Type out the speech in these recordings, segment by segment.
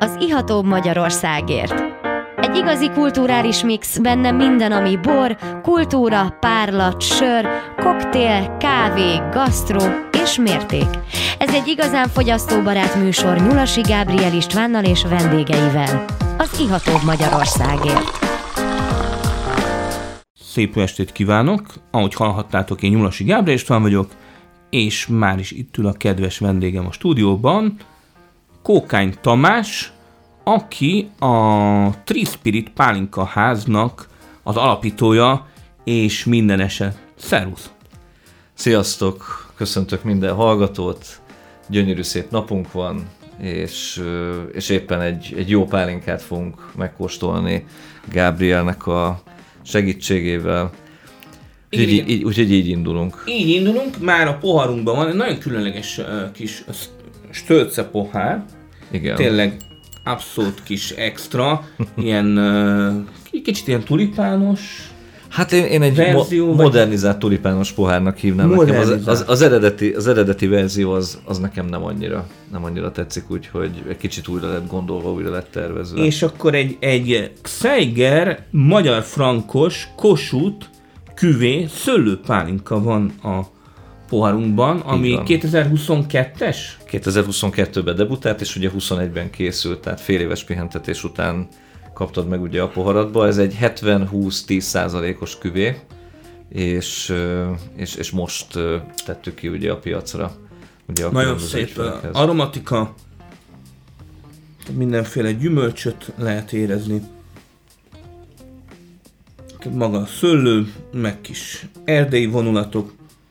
az ihatóbb Magyarországért. Egy igazi kulturális mix, benne minden, ami bor, kultúra, párlat, sör, koktél, kávé, gasztró és mérték. Ez egy igazán fogyasztóbarát műsor Nyulasi Gábriel Istvánnal és vendégeivel. Az ihatóbb Magyarországért. Szép estét kívánok! Ahogy hallhattátok, én Nyulasi Gábriel István vagyok, és már is itt ül a kedves vendégem a stúdióban, Kókány Tamás, aki a Trispirit Pálinka háznak az alapítója és mindenese. Szervusz! Sziasztok! Köszöntök minden hallgatót! Gyönyörű szép napunk van, és éppen egy jó pálinkát fogunk megkóstolni Gábrielnek a segítségével. Úgyhogy így indulunk. Így indulunk, már a poharunkban van egy nagyon különleges kis stölce pohár. Igen. Tényleg abszolút kis extra, ilyen kicsit ilyen tulipános. Hát én egy modernizált tulipános pohárnak hívnám. Nekem az eredeti verzió az nekem nem annyira tetszik, úgyhogy egy kicsit újra lett gondolva, újra lett tervezve. És akkor egy Xeiger magyar frankos Kossuth Cuvée szőlőpálinka van a poharunkban, ami 2022-es? 2022-ben debutált, és ugye 21-ben készült, tehát fél éves pihentetés után kaptad meg ugye a poharadba. Ez egy 70-20-10%-os küvé, és most tettük ki ugye a piacra. Ugye a nagyon szép aromatika, mindenféle gyümölcsöt lehet érezni. Maga a szőlő, meg kis erdei vonulatok.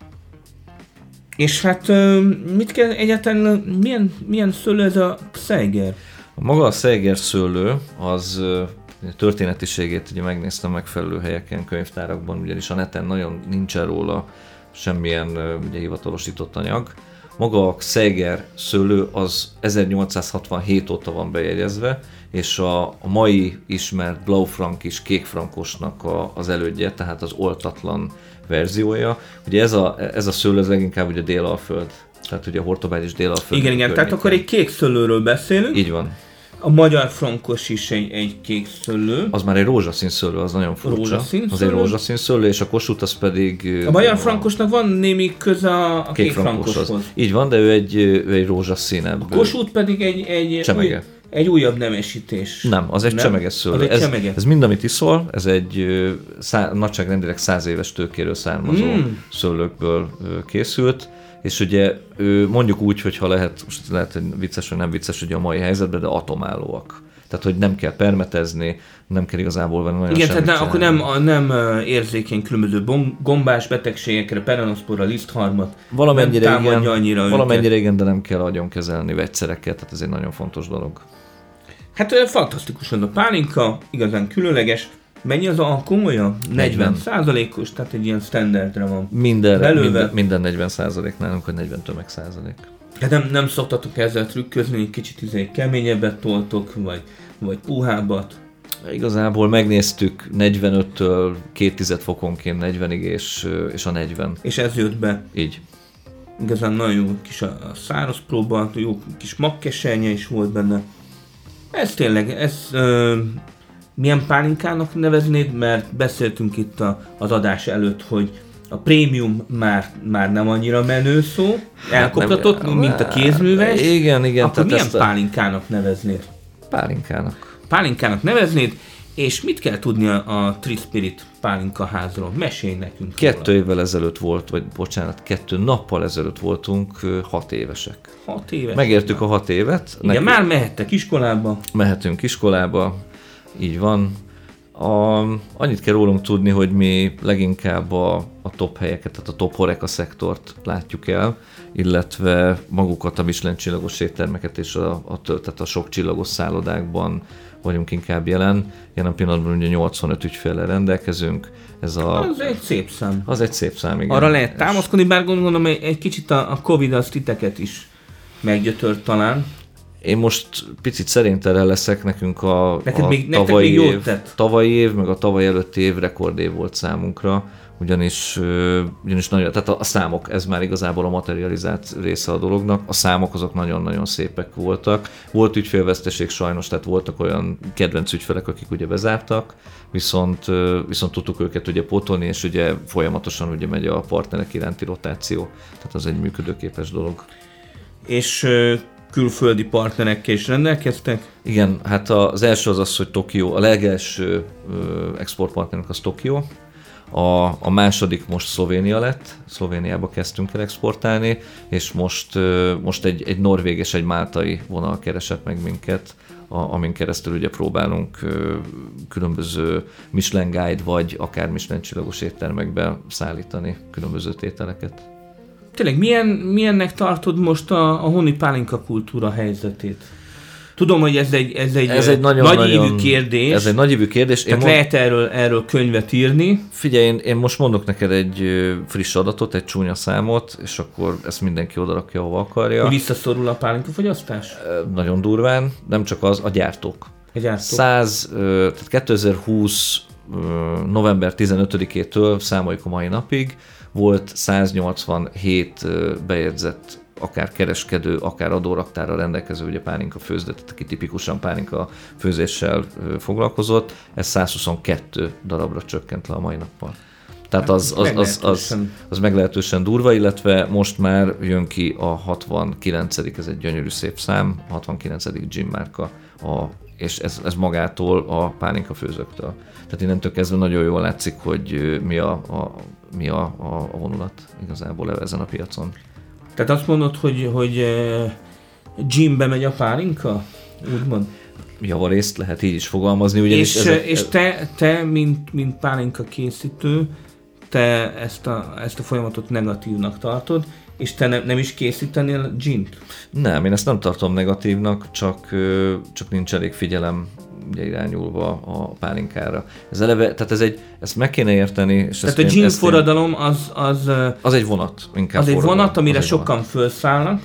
És hát mit kell egyáltalán, milyen szőlő ez a Xeiger? Maga a Xeiger szőlő, az történetiségét ugye megnéztem megfelelő helyeken, könyvtárakban, ugyanis a neten nagyon nincsen róla semmilyen ugye hivatalosított anyag. Maga a Xeiger szőlő az 1867 óta van bejegyezve, és a mai ismert blaufrankis, kékfrankosnak az elődje, tehát az oltatlan verziója. Ugye ez a szőlő az leginkább ugye Délalföld, tehát ugye a Hortobágy Délalföld. Igen, tehát akkor egy kék szőlőről beszélünk. Így van. A magyar frankos is egy kék szőlő. Az már egy rózsaszín szőlő, az nagyon furcsa. Az egy rózsaszín szőlő, és a Kossuth az pedig... A magyar frankosnak van némi köze a kék frankoshoz. Így van, de ő egy rózsaszínebb. A Kossuth pedig egy újabb nemesítés. Nem, az egy csemeges szőlő. Ez mind, amit iszol, ez egy nagyságrendileg 100 éves tőkéről származó szőlőkből készült. És ugye mondjuk úgy, hogyha lehet vicces vagy nem vicces ugye a mai helyzetben, de atomállóak. Tehát, hogy nem kell permetezni, nem kell igazából venni nagyon semmit. Igen, tehát akkor nem érzékeny különböző gombás betegségekre, perenoszpora, lisztharmat. Valamennyire igen, de nem kell agyon kezelni vegyszereket, tehát ez egy nagyon fontos dolog. Hát fantasztikusan a pálinka, igazán különleges. Mennyi az alkoholja? 40%-os, tehát egy ilyen standardra van. Minden 40% nálunk, hogy 40 tömegszázalék. Hát nem szoktatok ezzel trükközni, kicsit keményebbet toltok, vagy puhábbat? Igazából megnéztük 45-től 2 fokonként 40-ig, és a 40. És ez jött be? Így. Igazán nagyon jó kis a száraz próba, jó kis magkeselnye is volt benne. Ez tényleg, milyen pálinkának neveznéd? Mert beszéltünk itt az adás előtt, hogy a prémium már nem annyira menő szó, elkoptatott, mint a kézműves. Igen. Akkor milyen pálinkának neveznéd? Pálinkának neveznéd, és mit kell tudni a Trispirit Pálinka házról? Mesélj nekünk. 2 nappal ezelőtt voltunk 6 évesek. 6 éves? Megértük a 6 évet. Igen, már mehettek iskolába. Mehetünk iskolába, így van. Annyit kell rólunk tudni, hogy mi leginkább a top helyeket, tehát a top horeca szektort látjuk el, illetve magukat a Michelin csillagos éttermeket és tehát a sok csillagos szállodákban vagyunk inkább jelen. Jelen pillanatban ugye 85 ügyféllel rendelkezünk. Az egy szép szám. Az egy szép szám, igen. Arra lehet támaszkodni, bár gondolom egy kicsit a Covid az titeket is meggyötört talán. Én most picit szerénytelen leszek, nekünk a tavalyi év, meg a tavaly előtti év rekordév volt számunkra, ugyanis nagyon, tehát a számok, ez már igazából a materializált része a dolognak, a számok azok nagyon-nagyon szépek voltak. Volt ügyfélveszteség sajnos, tehát voltak olyan kedvenc ügyfelek, akik ugye bezártak, viszont tudtuk őket ugye pótolni, és ugye folyamatosan ugye megy a partnerek iránti rotáció, tehát az egy működőképes dolog. És külföldi partnerekkel is rendelkeztek? Igen, hát az első az, hogy Tokió, a legelső exportpartnerünk az Tokió, a második most Szlovénia lett, Szlovéniába kezdtünk el exportálni, és most egy norvég és egy máltai vonal keresett meg minket, amin keresztül ugye próbálunk különböző Michelin Guide vagy akár Michelin csillagos éttermekbe szállítani különböző tételeket. Tényleg, milyennek tartod most a honi pálinka kultúra helyzetét? Tudom, hogy ez egy nagyívű kérdés. Ez egy nagyívű kérdés. Tehát lehet erről könyvet írni. Figyelj, én most mondok neked egy friss adatot, egy csúnya számot, és akkor ezt mindenki odarakja, ahova akarja. Hogy visszaszorul a pálinkafogyasztás? Nagyon durván, nem csak az, a gyártók. Tehát 2020 november 15-től számoljuk a mai napig, volt 187 bejegyzett akár kereskedő, akár adóraktárral rendelkező ugye pálinka főzdet, aki tipikusan pálinka főzéssel foglalkozott, ez 122 darabra csökkent le a mai nappal. Tehát az meglehetősen durva, illetve most már jön ki a 69. ez egy gyönyörű szép szám, 69. gin márka, és ez magától a pálinka főzőktől. Tehát innentől kezdve nagyon jól látszik, hogy mi a vonulat igazából ezen a piacon. Tehát azt mondod, hogy ginbe megy a pálinka? Úgymond? Javarészt lehet így is fogalmazni. Ugyanis és te mint pálinka készítő, te ezt a folyamatot negatívnak tartod, és te nem is készítenél gint? Nem, én ezt nem tartom negatívnak, csak nincs elég figyelem ugye irányulva a pálinkára. Ez eleve, tehát ezt meg kéne érteni. És tehát a gin forradalom az egy vonat. Inkább az egy vonat, amire sokan felszállnak.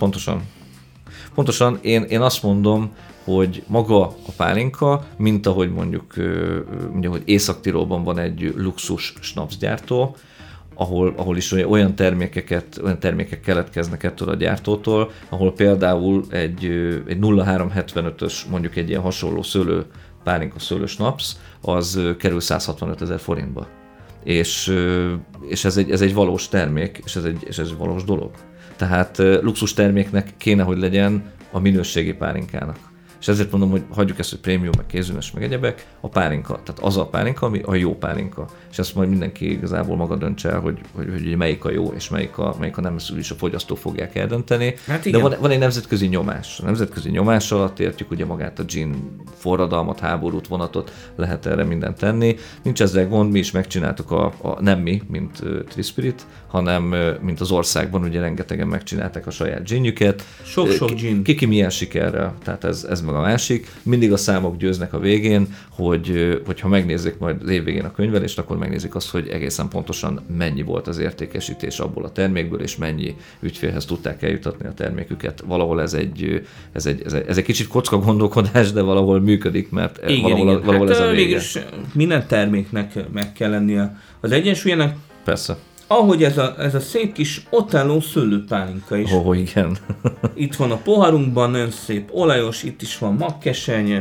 Pontosan én azt mondom, hogy maga a pálinka, mint ahogy mondjuk hogy Észak-Tirolban van egy luxus snapsgyártó, ahol is olyan termékek keletkeznek ettől a gyártótól, ahol például egy 0375-ös, mondjuk egy ilyen hasonló pálinka szőlő snaps, az kerül 165 000 forintba. És ez egy valós termék, és ez egy valós dolog. Tehát luxus terméknek kéne, hogy legyen a minőségi pálinkának. És ezért mondom, hogy hagyjuk ezt, hogy prémium, meg kézműves, meg egyebek, a pálinka, tehát az a pálinka, ami a jó pálinka. És ezt majd mindenki igazából maga döntse el, hogy melyik a jó, és melyik a nem, ezt is a fogyasztók fogják eldönteni. Hát de van egy nemzetközi nyomás. A nemzetközi nyomás alatt értjük ugye magát a gin forradalmat, háborút, vonatot, lehet erre mindent tenni. Nincs ezzel gond, mi is megcsináltuk nem mi, mint Trispirit, hanem mint az országban, ugye rengetegen megcsinálták a saját ginjüket. Sok gin. Ki milyen sikerrel, tehát ez meg a másik. Mindig a számok győznek a végén, hogyha megnézzük majd az év végén a könyvelést, akkor megnézik azt, hogy egészen pontosan mennyi volt az értékesítés abból a termékből, és mennyi ügyfélhez tudták eljutatni a terméküket. Valahol ez egy kicsit kocka gondolkodás, de valahol működik, mert igen. valahol ez a vége. Mégis minden terméknek meg kell lennie az egyensúlyának. Persze. Ahogy ez a szép kis Otello szőlőpálinka is. Igen. Itt van a poharunkban, nagyon szép olajos, itt is van magkesenye.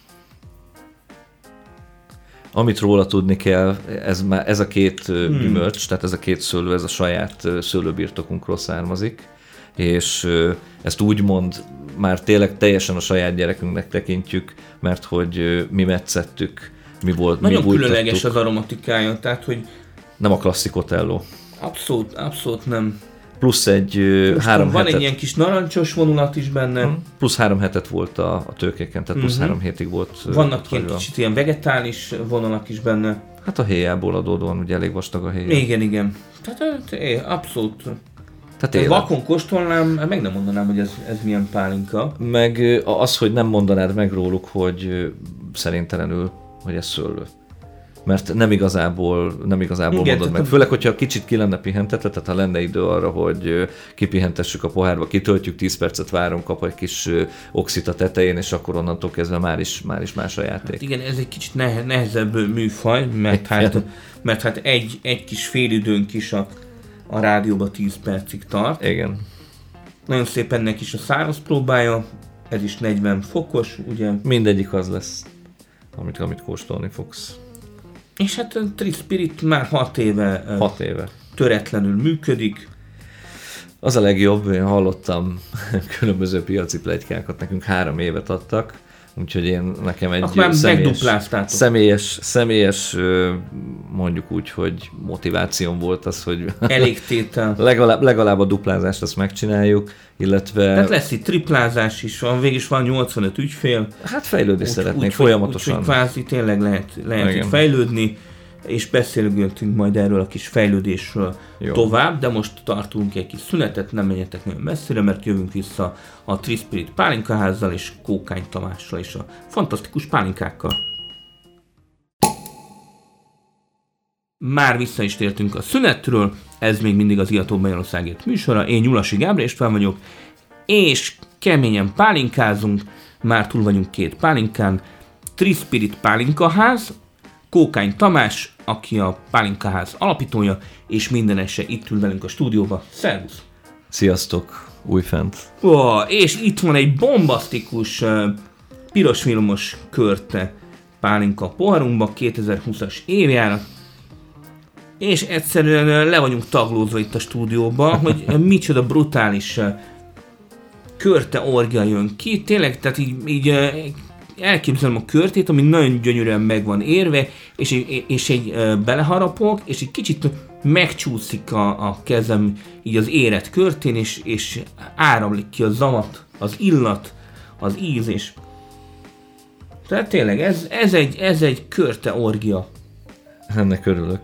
Amit róla tudni kell, ez a két gyümölcs, tehát ez a két szőlő, ez a saját szőlőbirtokunkról származik, és ezt úgymond már tényleg teljesen a saját gyerekünknek tekintjük, mert hogy mi metszettük, mi volt, nagyon mi bújtattuk. különleges az aromatikája, tehát hogy nem a klasszik Otello. Abszolút nem. Plusz egy 3 van hetet. egy ilyen kis narancsos vonulat is benne. Plusz 3 hetet volt a tőkéken, tehát plusz 3 hétig volt. Vannak ilyen kicsit ilyen vegetális vonalak is benne. Hát a héjából adódóan ugye elég vastag a héja. Igen. Tehát abszolút. Tehát vakon kóstolnám, meg nem mondanám, hogy ez milyen pálinka. Meg az, hogy nem mondanád meg róluk, hogy szerintelenül, hogy ez szőlő. mert nem igazából mondod meg. Főleg, hogyha kicsit ki lenne pihentetve, tehát ha lenne idő arra, hogy kipihentessük a pohárba, kitöltjük, 10 percet várunk, kap egy kis oxit a tetején, és akkor onnantól kezdve már is más a játék. Hát igen, ez egy kicsit nehezebb műfaj, mert hát egy kis félidőnk is a rádióba 10 percig tart. Igen. Nagyon szép ennek is a száraz próbája, ez is 40 fokos, ugye? Mindegyik az lesz, amit kóstolni fogsz. És hát a Tri-Spirit már 6 éve töretlenül működik. Az a legjobb, én hallottam különböző piaci pletykákat, nekünk 3 évet adtak, úgyhogy nekem egy személyes mondjuk úgy, hogy motivációm volt az, hogy elégtétel. legalább a duplázást azt megcsináljuk, illetve... Tehát lesz itt triplázás is, végig van 85 ügyfél. Hát fejlődni szeretnék folyamatosan. Úgyhogy kvázi tényleg lehet itt fejlődni, és beszélgetünk majd erről a kis fejlődésről tovább, de most tartunk egy kis szünetet, nem menjetek nagyon messzire, mert jövünk vissza a Tri-Spirit pálinkaházzal és Kókány Tamással és a fantasztikus pálinkákkal. Már vissza is tértünk a szünetről, ez még mindig az Ihatóbb Magyarországért műsora, én Nyulasi Gábor István vagyok, és keményen pálinkázunk, már túl vagyunk 2 pálinkán, Tri-Spirit pálinkaház, Kókány Tamás, aki a pálinkaház alapítója, és mindenese itt ül velünk a stúdióba. Szervusz! Sziasztok! Újfent! És itt van egy bombasztikus, piros vilmos körte pálinka poharunkba, 2020-as évjárat, és egyszerűen le vagyunk taglózva itt a stúdióba, hogy micsoda brutális körte orgia jön ki. Tényleg, tehát így elképzelem a körtét, ami nagyon gyönyörűen meg van érve, és egy beleharapok, és egy kicsit megcsúszik a kezem így az érett körtén, és áramlik ki a zamat, az illat, az íz, és tehát tényleg ez egy körte orgia. Ennek örülök.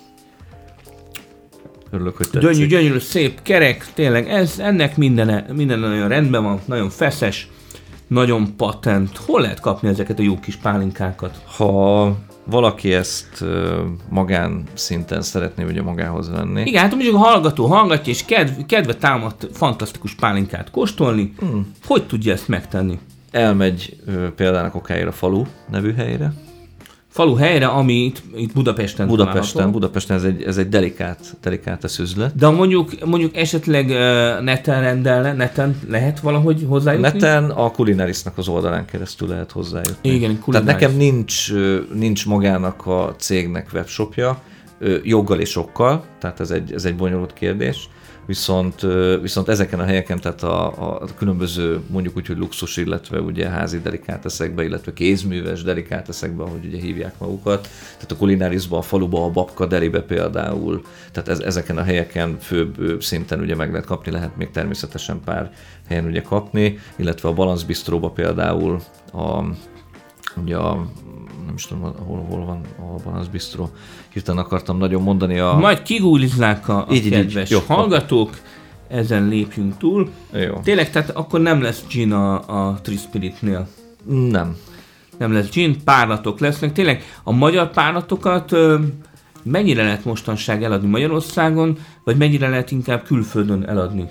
Örülök, hogy tetszik. Gyönyörű, szép, kerek, tényleg ennek minden nagyon rendben van, nagyon feszes, nagyon patent. Hol lehet kapni ezeket a jó kis pálinkákat? Ha valaki ezt magán szinten szeretné ugye magához venni. Igen, hát mondjuk a hallgató hallgatja, és kedve támadt fantasztikus pálinkát kóstolni. Hogy tudja ezt megtenni? Elmegy például a Kokályra falu nevű helyre. Falu helyre, ami itt Budapesten ez egy delikát üzlet. De mondjuk esetleg neten lehet valahogy hozzájutni? Neten a Culinarisnak az oldalán keresztül lehet hozzájutni. Igen, tehát nekem nincs magának a cégnek webshopja, joggal és okkal, tehát ez egy bonyolult kérdés. Viszont ezeken a helyeken, tehát a különböző mondjuk úgy, hogy luxus, illetve ugye házi delikáteszekbe, illetve kézműves delikáteszekbe, ahogy ugye hívják magukat. Tehát a Culinarisban, a faluba, a Babka Delibe például, tehát ezeken a helyeken főbb szinten ugye meg lehet kapni, lehet még természetesen pár helyen ugye kapni, illetve a Balance Bistróba például ugye nem is tudom, hol van a Balance Bistro. Hirtelen akartam nagyon mondani Majd kigooglizzák a kedves hallgatók, ezen lépjünk túl. Jó. Tényleg, tehát akkor nem lesz gin a Tri-Spiritnél? Nem. Nem lesz gin, párlatok lesznek. Tényleg a magyar párlatokat mennyire lehet mostanság eladni Magyarországon, vagy mennyire lehet inkább külföldön eladni?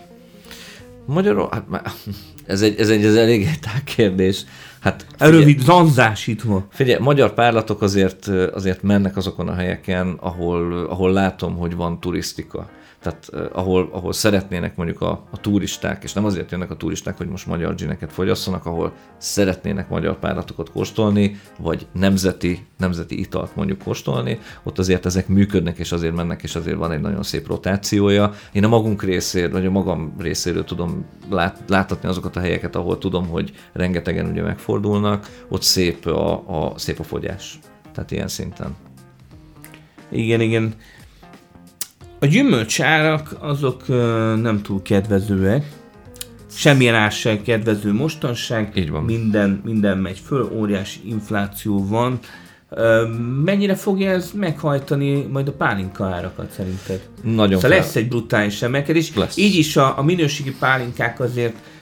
Ez egy elég tág kérdés. Hát, rövid zanzásítva. Figyelj, magyar párlatok azért mennek azokon a helyeken, ahol látom, hogy van turisztika. Tehát ahol szeretnének mondjuk a turisták, és nem azért jönnek a turisták, hogy most magyar gineket fogyasszanak, ahol szeretnének magyar párlatokat kóstolni, vagy nemzeti italt mondjuk kóstolni, ott azért ezek működnek, és azért mennek, és azért van egy nagyon szép rotációja. Én a magunk részéről, vagy a magam részéről tudom láthatni azokat a helyeket, ahol tudom, hogy rengetegen ugye megfordulnak, ott szép a fogyás. Tehát ilyen szinten. Igen. A gyümölcsárak azok nem túl kedvezőek. Semmilyen ár sem kedvező mostanság. Így van. Minden megy föl, óriási infláció van. Mennyire fogja ez meghajtani majd a pálinka árakat szerinted? Nagyon szóval lesz egy brutális emelkedés. Így is a minőségi pálinkák azért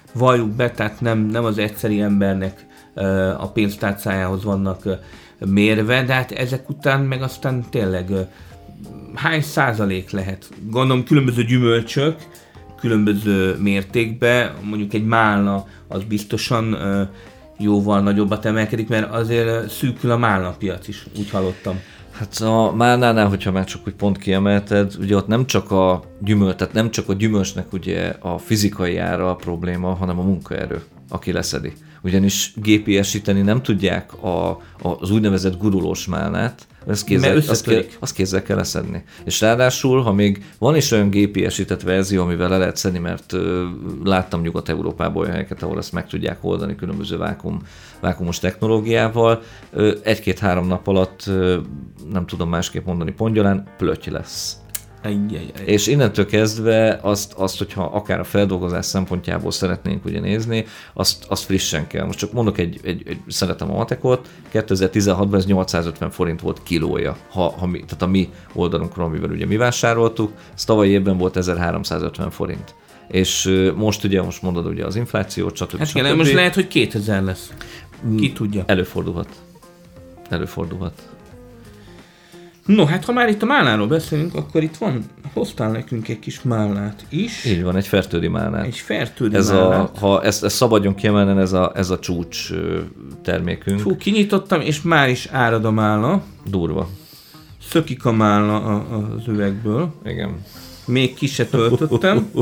valljuk be, tehát nem az egyszeri embernek a pénztárcájához vannak mérve, de hát ezek után meg aztán tényleg hány százalék lehet? Gondolom különböző gyümölcsök, különböző mértékben, mondjuk egy málna az biztosan jóval nagyobbat emelkedik, mert azért szűkül a málnapiac is, úgy hallottam. Hát a málnánál, hogyha már csak úgy pont kiemelted, ugye ott nem csak a gyümölcs, tehát nem csak a gyümölcsnek ugye a fizikai ára a probléma, hanem a munkaerő, aki leszedi. Ugyanis gépiesíteni nem tudják az úgynevezett gurulós málnát, azt kézzel kell leszedni. És ráadásul, ha még van is olyan gépiesített verzió, amivel le lehet szedni, mert láttam Nyugat-Európában olyan helyeket, ahol ezt meg tudják oldani különböző vákumos technológiával, 1-2-3 nap alatt, nem tudom másképp mondani pongyolán, plöty lesz. És innentől kezdve azt, hogyha akár a feldolgozás szempontjából szeretnénk ugye nézni, azt frissen kell. Most csak mondok szeretem a matekot, 2016-ban ez 850 forint volt kilója, tehát a mi oldalunkról, amivel ugye mi vásároltuk, ez tavalyi évben volt 1350 forint. És most mondod ugye az inflációt, stb. Hát igen, most lehet, hogy 2000 lesz. Ki tudja. Előfordulhat. No, hát ha már itt a málnáról beszélünk, akkor itt hoztál nekünk egy kis málnát is. Így van, egy fertődi málnát. Egy fertődi málnát. Ha ezt szabadjon kiemelni, ez a csúcs termékünk. Fú, kinyitottam, és már is árad a málna. Durva. Szökik a málna az üvegből. Igen. Még ki se töltöttem.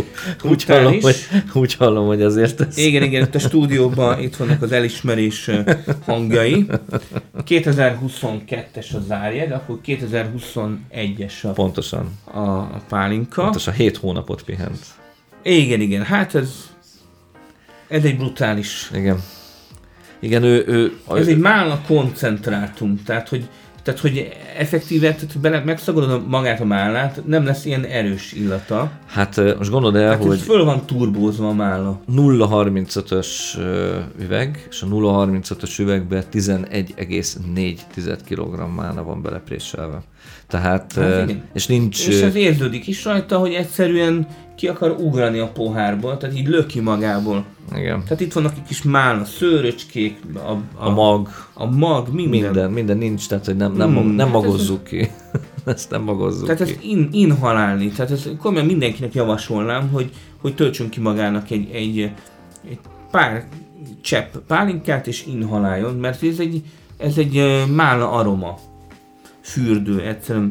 Úgy hallom, hogy azért ez... Igen, itt a stúdióban itt vannak az elismerés hangjai. 2022-es a zárjegy, akkor 2021-es Pontosan. A pálinka. Pontosan 7 hónapot pihent. Igen, hát ez egy brutális. Igen, ez egy málna koncentrátum, tehát hogy effektíve, megszagodod magát a málnát, nem lesz ilyen erős illata. Hát most gondold el, hogy... föl van turbózva a málna. 0,35-ös üveg, és a 0,35-ös üvegbe 11,4 kg málna van belepréselve. Tehát, és nincs... És ez érződik is rajta, hogy egyszerűen ki akar ugrani a pohárból, tehát így löki magából. Igen. Tehát itt vannak egy kis málna, szőröcskék, a mag, minden nincs, tehát hogy nem magozzuk ki. Ezt nem magozzuk tehát ki. Tehát ezt inhalálni, tehát ezt komolyan mindenkinek javasolnám, hogy töltsön ki magának egy pár csepp pálinkát és inhaláljon, mert ez egy málna aroma fürdő, egyszerűen.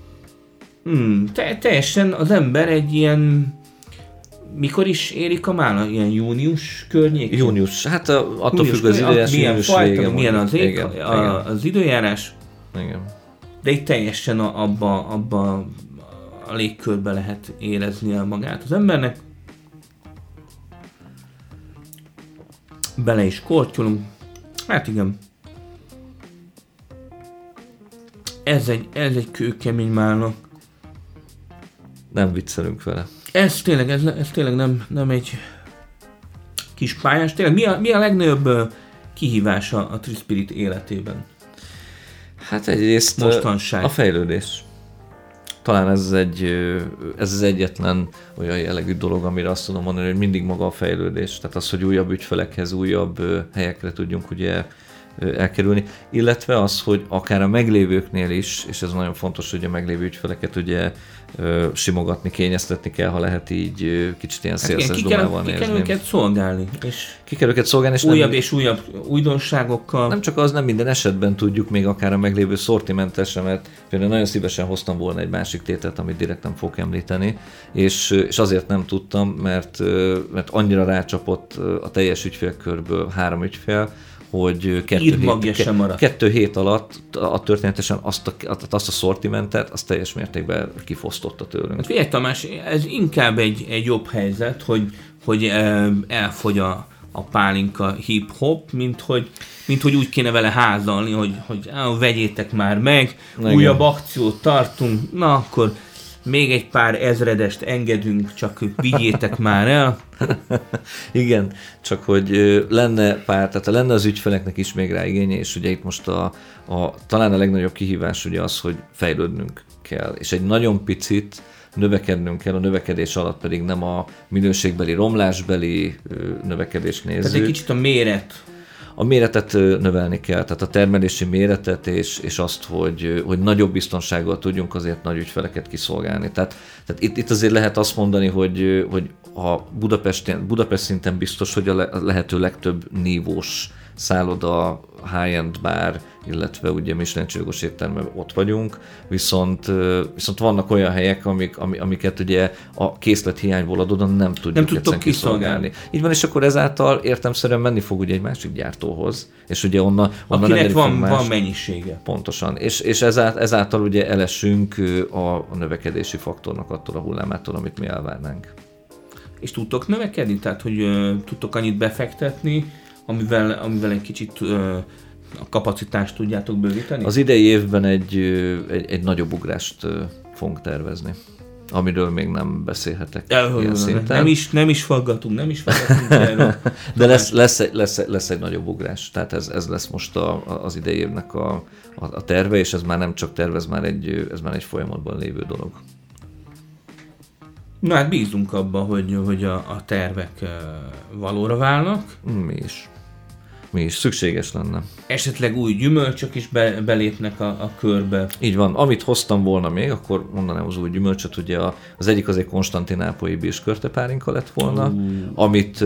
Teljesen az ember egy ilyen... Mikor is érik a málna? Ilyen június környékén? Június, hát attól függ az időjárás. Milyen fajta, milyen az ég, az időjárás. Igen. De itt teljesen abba a légkörbe lehet érezni magát az embernek. Bele is kortyolunk. Hát igen. Ez egy kőkemény málna. Nem viccelünk vele. Ez tényleg nem egy kis pályás. Tényleg mi a legnagyobb kihívása a Trispirit életében? Hát egyrészt mostanság. A fejlődés. Talán ez az egyetlen olyan jellegű dolog, amire azt tudom mondani, hogy mindig maga a fejlődés. Tehát az, hogy újabb ügyfelekhez, újabb helyekre tudjunk ugye elkerülni, illetve az, hogy akár a meglévőknél is, és ez nagyon fontos, hogy a meglévő ügyfeleket ugye simogatni, kényeztetni kell, ha lehet így kicsit ilyen szélszes domával nézni. Ki kell őket szolgálni. És újabb és újabb újdonságokkal. Nem csak az, nem minden esetben tudjuk még akár a meglévő szortimentet sem, mert például nagyon szívesen hoztam volna egy másik tételt, amit direkt nem fogok említeni, és azért nem tudtam, mert annyira rácsapott a teljes ügyfélkörből 3 ügyfél, hogy 2 hét alatt történetesen azt a szortimentet, azt teljes mértékben kifosztotta tőlünk. Hát figyelj Tamás, ez inkább egy jobb helyzet, hogy elfogy a pálinka hip-hop, mint hogy úgy kéne vele házalni, hogy vegyétek már meg, újabb akciót tartunk, na akkor még egy pár ezredest engedünk, csak vigyétek már el. Igen, csak hogy lenne az ügyfeleknek is még rá igénye, és ugye itt most talán a legnagyobb kihívás ugye az, hogy fejlődnünk kell, és egy nagyon picit növekednünk kell, a növekedés alatt pedig nem a minőségbeli, romlásbeli növekedést nézzük. Tehát egy kicsit a méret. A méretet növelni kell, tehát a termelési méretet és azt, hogy nagyobb biztonsággal tudjunk azért nagy ügyfeleket kiszolgálni. Tehát itt azért lehet azt mondani, hogy a Budapest szinten biztos, hogy a lehető legtöbb nívós szálloda, high-end bár, illetve ugye Michelin-csillagos éttermben ott vagyunk, viszont vannak olyan helyek, amiket ugye a készlet hiányból adódóan nem tudjuk kiszolgálni. Így van, és akkor ezáltal értelemszerűen menni fog ugye egy másik gyártóhoz, és ugye onnan akinek van mennyisége. Pontosan, és ezáltal ugye elesünk a növekedési faktornak attól a hullámától, amit mi elvárnánk. És tudtok növekedni? Tehát, hogy tudtok annyit befektetni, amivel egy kicsit a kapacitást tudjátok bővíteni? Az idei évben egy nagyobb ugrást fogunk tervezni, amiről még nem beszélhetek ilyen szinten. Nem is faggatunk erről. De lesz egy nagyobb ugrás, tehát ez lesz most az idei évnek a terve, és ez már nem csak terv, ez már egy folyamatban lévő dolog. Na hát bízunk abban, hogy a tervek valóra válnak. Mi is szükséges lenne. Esetleg új gyümölcsök is belépnek a körbe. Így van. Amit hoztam volna még, akkor mondanám az új gyümölcsöt, ugye az egyik az egy konstantinápolyi bírskörtepálinka lett volna, amit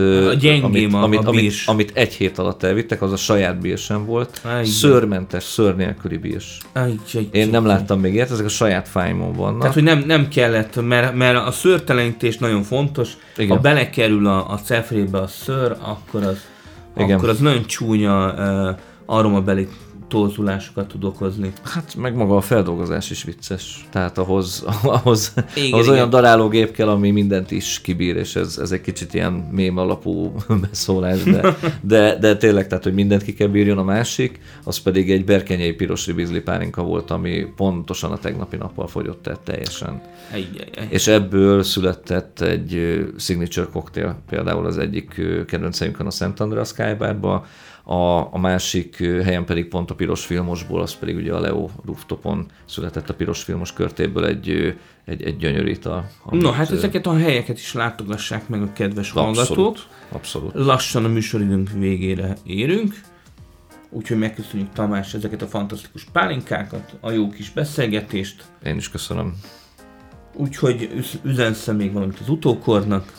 egy hét alatt elvittek, az a saját bírsem volt. Szőrmentes, szőr nélküli bírs. Én nem láttam még ilyet, ezek a saját fájmon vannak. Tehát, hogy nem kellett, mert a szőrtelenítés nagyon fontos. Igen. Ha belekerül a cefrébe a szőr, akkor az nagyon csúnya aromabeli torzulásokat tud okozni. Hát meg maga a feldolgozás is vicces. Tehát ahhoz olyan darálógép kell, ami mindent is kibír, és ez egy kicsit ilyen mém alapú beszólás, de tényleg, tehát, hogy mindent ki kell bírjon. A másik, az pedig egy berkenyei piros ribizli pálinka volt, ami pontosan a tegnapi nappal fogyott el teljesen. És ebből született egy signature cocktail, például az egyik kedvenceinkön a Szent András Sky Barba, a másik helyen pedig pont a piros filmosból, az pedig ugye a Leo Rooftopon született a piros filmos körtéből egy gyönyörű ital. No, hát ezeket a helyeket is látogassák meg a kedves hallgatók. Abszolút. Lassan a műsoridőnk végére érünk, úgyhogy megköszönjük Tamás ezeket a fantasztikus pálinkákat, a jó kis beszélgetést. Én is köszönöm. Úgyhogy üzensz még valamit az utókornak?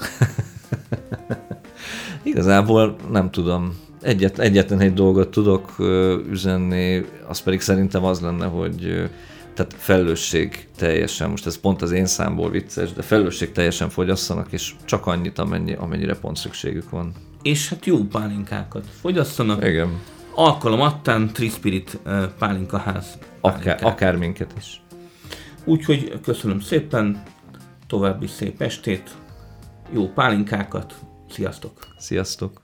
Igazából nem tudom. Egyetlen egy dolgot tudok üzenni, az pedig szerintem az lenne, hogy tehát felelősség teljesen, most ez pont az én számból vicces, de felelősség teljesen fogyasszanak, és csak annyit, amennyire pont szükségük van. És hát jó pálinkákat fogyasszanak. Igen. Alkalomattán Trispirit pálinkaház. Akár minket is. Úgyhogy köszönöm szépen, további szép estét, jó pálinkákat, sziasztok! Sziasztok!